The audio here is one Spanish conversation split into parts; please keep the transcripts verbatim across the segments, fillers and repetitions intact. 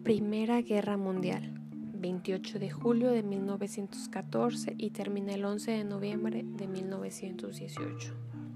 Primera Guerra Mundial, veintiocho de julio de mil novecientos catorce y termina el once de noviembre de mil novecientos dieciocho.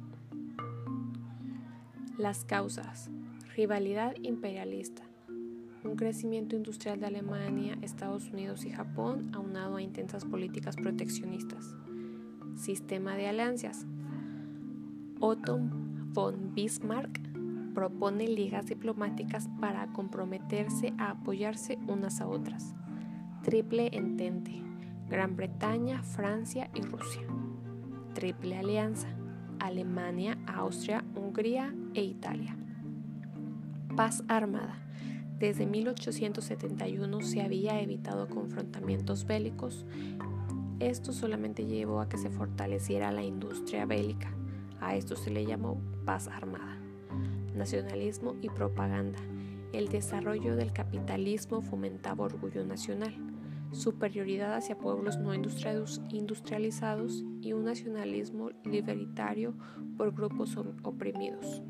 Las causas: rivalidad imperialista, un crecimiento industrial de Alemania, Estados Unidos y Japón aunado a intensas políticas proteccionistas. Sistema de alianzas: Otto von Bismarck propone ligas diplomáticas para comprometerse a apoyarse unas a otras. Triple Entente: Gran Bretaña, Francia y Rusia. Triple Alianza: Alemania, Austria, Hungría e Italia. Paz armada: desde mil ochocientos setenta y uno se había evitado confrontamientos bélicos. Esto solamente llevó a que se fortaleciera la industria bélica. A esto se le llamó paz armada. Nacionalismo y propaganda: el desarrollo del capitalismo fomentaba orgullo nacional, superioridad hacia pueblos no industrializados y un nacionalismo libertario por grupos oprimidos.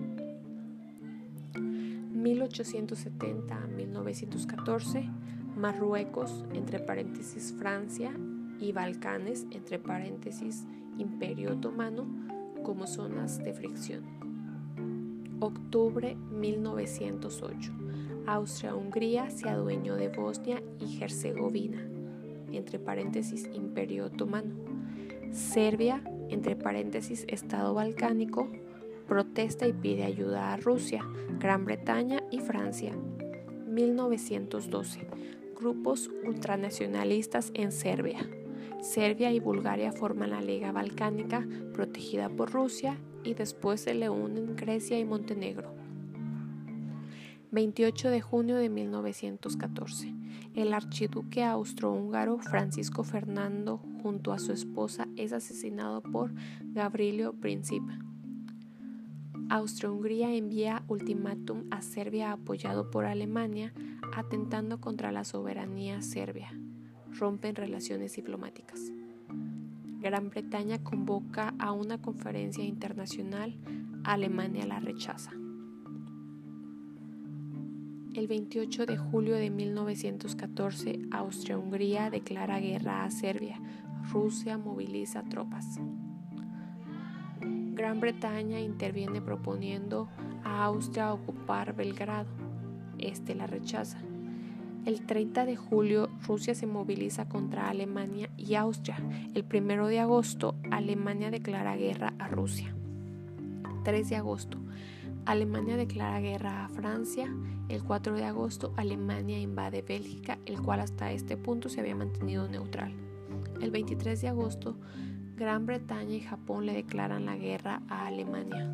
mil ochocientos setenta a mil novecientos catorce, Marruecos, entre paréntesis Francia, y Balcanes, entre paréntesis Imperio Otomano, como zonas de fricción. Octubre mil novecientos ocho, Austria-Hungría se adueñó de Bosnia y Herzegovina, entre paréntesis Imperio Otomano. Serbia, entre paréntesis Estado balcánico, protesta y pide ayuda a Rusia, Gran Bretaña y Francia. mil novecientos doce, grupos ultranacionalistas en Serbia. Serbia y Bulgaria forman la Liga Balcánica, protegida por Rusia, y después se le unen Grecia y Montenegro. veintiocho de junio de mil novecientos catorce, el archiduque austrohúngaro Francisco Fernando, junto a su esposa, es asesinado por Gavrilo Princip. Austria-Hungría envía ultimátum a Serbia apoyado por Alemania, atentando contra la soberanía serbia. Rompen relaciones diplomáticas. Gran Bretaña convoca a una conferencia internacional, Alemania la rechaza. El veintiocho de julio de mil novecientos catorce, Austria-Hungría declara guerra a Serbia. Rusia moviliza tropas. Gran Bretaña interviene proponiendo a Austria ocupar Belgrado. Este la rechaza. El treinta de julio, Rusia se moviliza contra Alemania y Austria. El primero de agosto, Alemania declara guerra a Rusia. tres de agosto, Alemania declara guerra a Francia. El cuatro de agosto, Alemania invade Bélgica, el cual hasta este punto se había mantenido neutral. El veintitrés de agosto, Gran Bretaña y Japón le declaran la guerra a Alemania.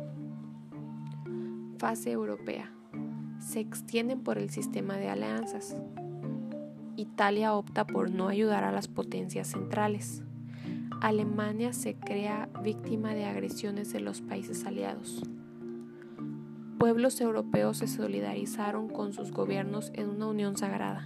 Fase europea: se extienden por el sistema de alianzas. Italia opta por no ayudar a las potencias centrales. Alemania se crea víctima de agresiones de los países aliados. Pueblos europeos se solidarizaron con sus gobiernos en una unión sagrada.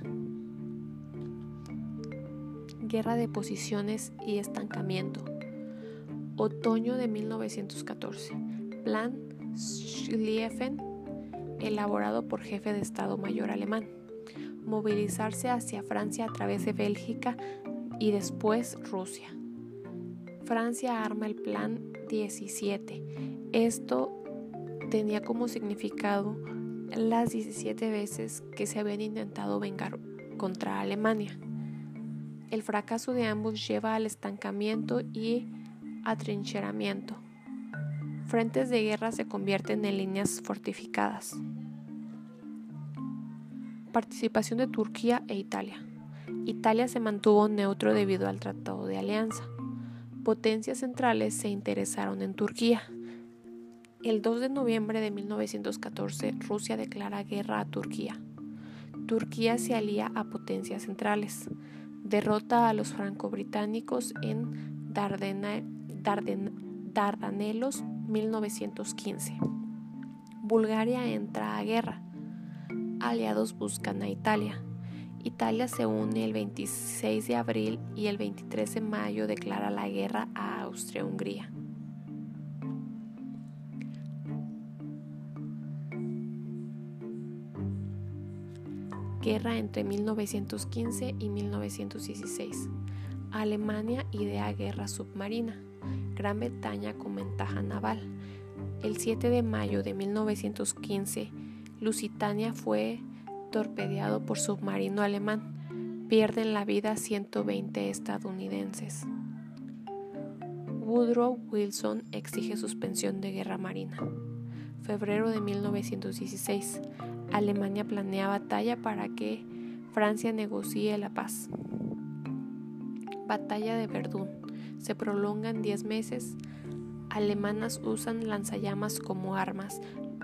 Guerra de posiciones y estancamiento. Otoño de mil novecientos catorce. Plan Schlieffen, elaborado por jefe de Estado Mayor alemán. Movilizarse hacia Francia a través de Bélgica y después Rusia. Francia arma el Plan diecisiete. Esto tenía como significado las diecisiete veces que se habían intentado vengar contra Alemania. El fracaso de ambos lleva al estancamiento y atrincheramiento. Frentes de guerra se convierten en líneas fortificadas. Participación de Turquía e Italia. Italia se mantuvo neutro debido al Tratado de Alianza. Potencias centrales se interesaron en Turquía. El dos de noviembre de mil novecientos catorce, Rusia declara guerra a Turquía. Turquía se alía a potencias centrales. Derrota a los franco-británicos en Dardena, Darden, Dardanelos mil novecientos quince. Bulgaria entra a guerra. Aliados buscan a Italia. Italia se une el veintiséis de abril y el veintitrés de mayo declara la guerra a Austria-Hungría. Guerra entre mil novecientos quince y mil novecientos dieciséis. Alemania idea guerra submarina. Gran Bretaña con ventaja naval. El siete de mayo de mil novecientos quince, Lusitania fue torpedeado por submarino alemán. Pierden la vida ciento veinte estadounidenses. Woodrow Wilson exige suspensión de guerra marina. Febrero de mil novecientos dieciséis. Alemania planea batalla para que Francia negocie la paz. Batalla de Verdún. Se prolongan diez meses. Alemanas usan lanzallamas como armas.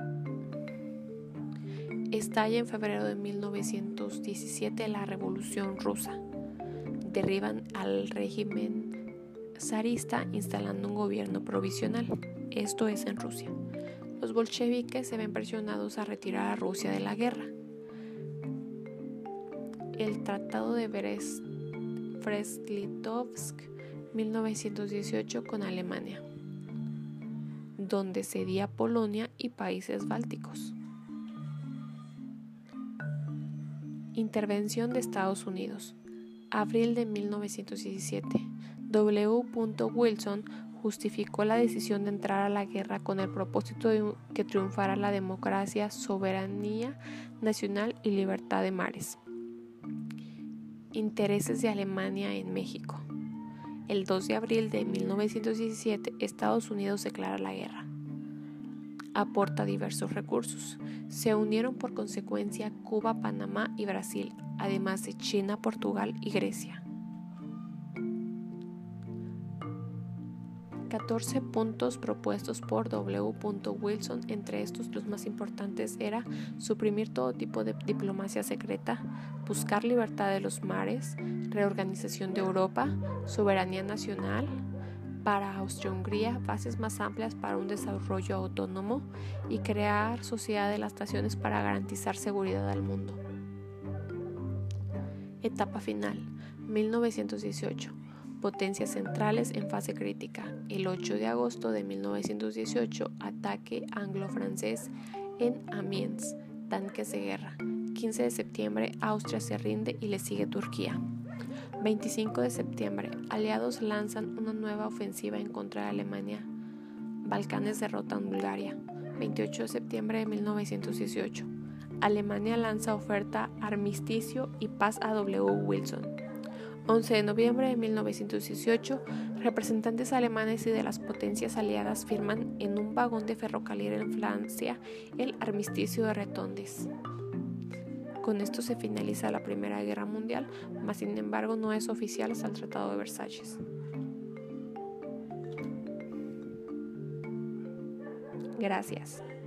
Estalla en febrero de mil novecientos diecisiete la Revolución Rusa. Derriban al régimen zarista instalando un gobierno provisional. Esto es en Rusia. Los bolcheviques se ven presionados a retirar a Rusia de la guerra. El Tratado de Brest-Litovsk, mil novecientos dieciocho, con Alemania, donde cedía Polonia y países bálticos. Intervención de Estados Unidos. Abril de mil novecientos diecisiete. W. Wilson justificó la decisión de entrar a la guerra con el propósito de que triunfara la democracia, soberanía nacional y libertad de mares. Intereses de Alemania en México. El dos de abril de mil novecientos diecisiete, Estados Unidos declara la guerra. Aporta diversos recursos. Se unieron por consecuencia Cuba, Panamá y Brasil, además de China, Portugal y Grecia. catorce puntos propuestos por W. Wilson. Entre estos, los más importantes era suprimir todo tipo de diplomacia secreta, buscar libertad de los mares, reorganización de Europa, soberanía nacional para Austria-Hungría, bases más amplias para un desarrollo autónomo y crear sociedad de las naciones para garantizar seguridad al mundo. Etapa final, mil novecientos dieciocho. Potencias centrales en fase crítica. El ocho de agosto de mil novecientos dieciocho, ataque anglo-francés en Amiens, tanques de guerra. quince de septiembre, Austria se rinde y le sigue Turquía. veinticinco de septiembre, aliados lanzan una nueva ofensiva en contra de Alemania. Balcanes derrotan Bulgaria. veintiocho de septiembre de mil novecientos dieciocho, Alemania lanza oferta armisticio y paz a W. Wilson. once de noviembre de mil novecientos dieciocho, representantes alemanes y de las potencias aliadas firman en un vagón de ferrocarril en Francia el armisticio de Retondes. Con esto se finaliza la Primera Guerra Mundial, mas sin embargo no es oficial hasta el Tratado de Versalles. Gracias.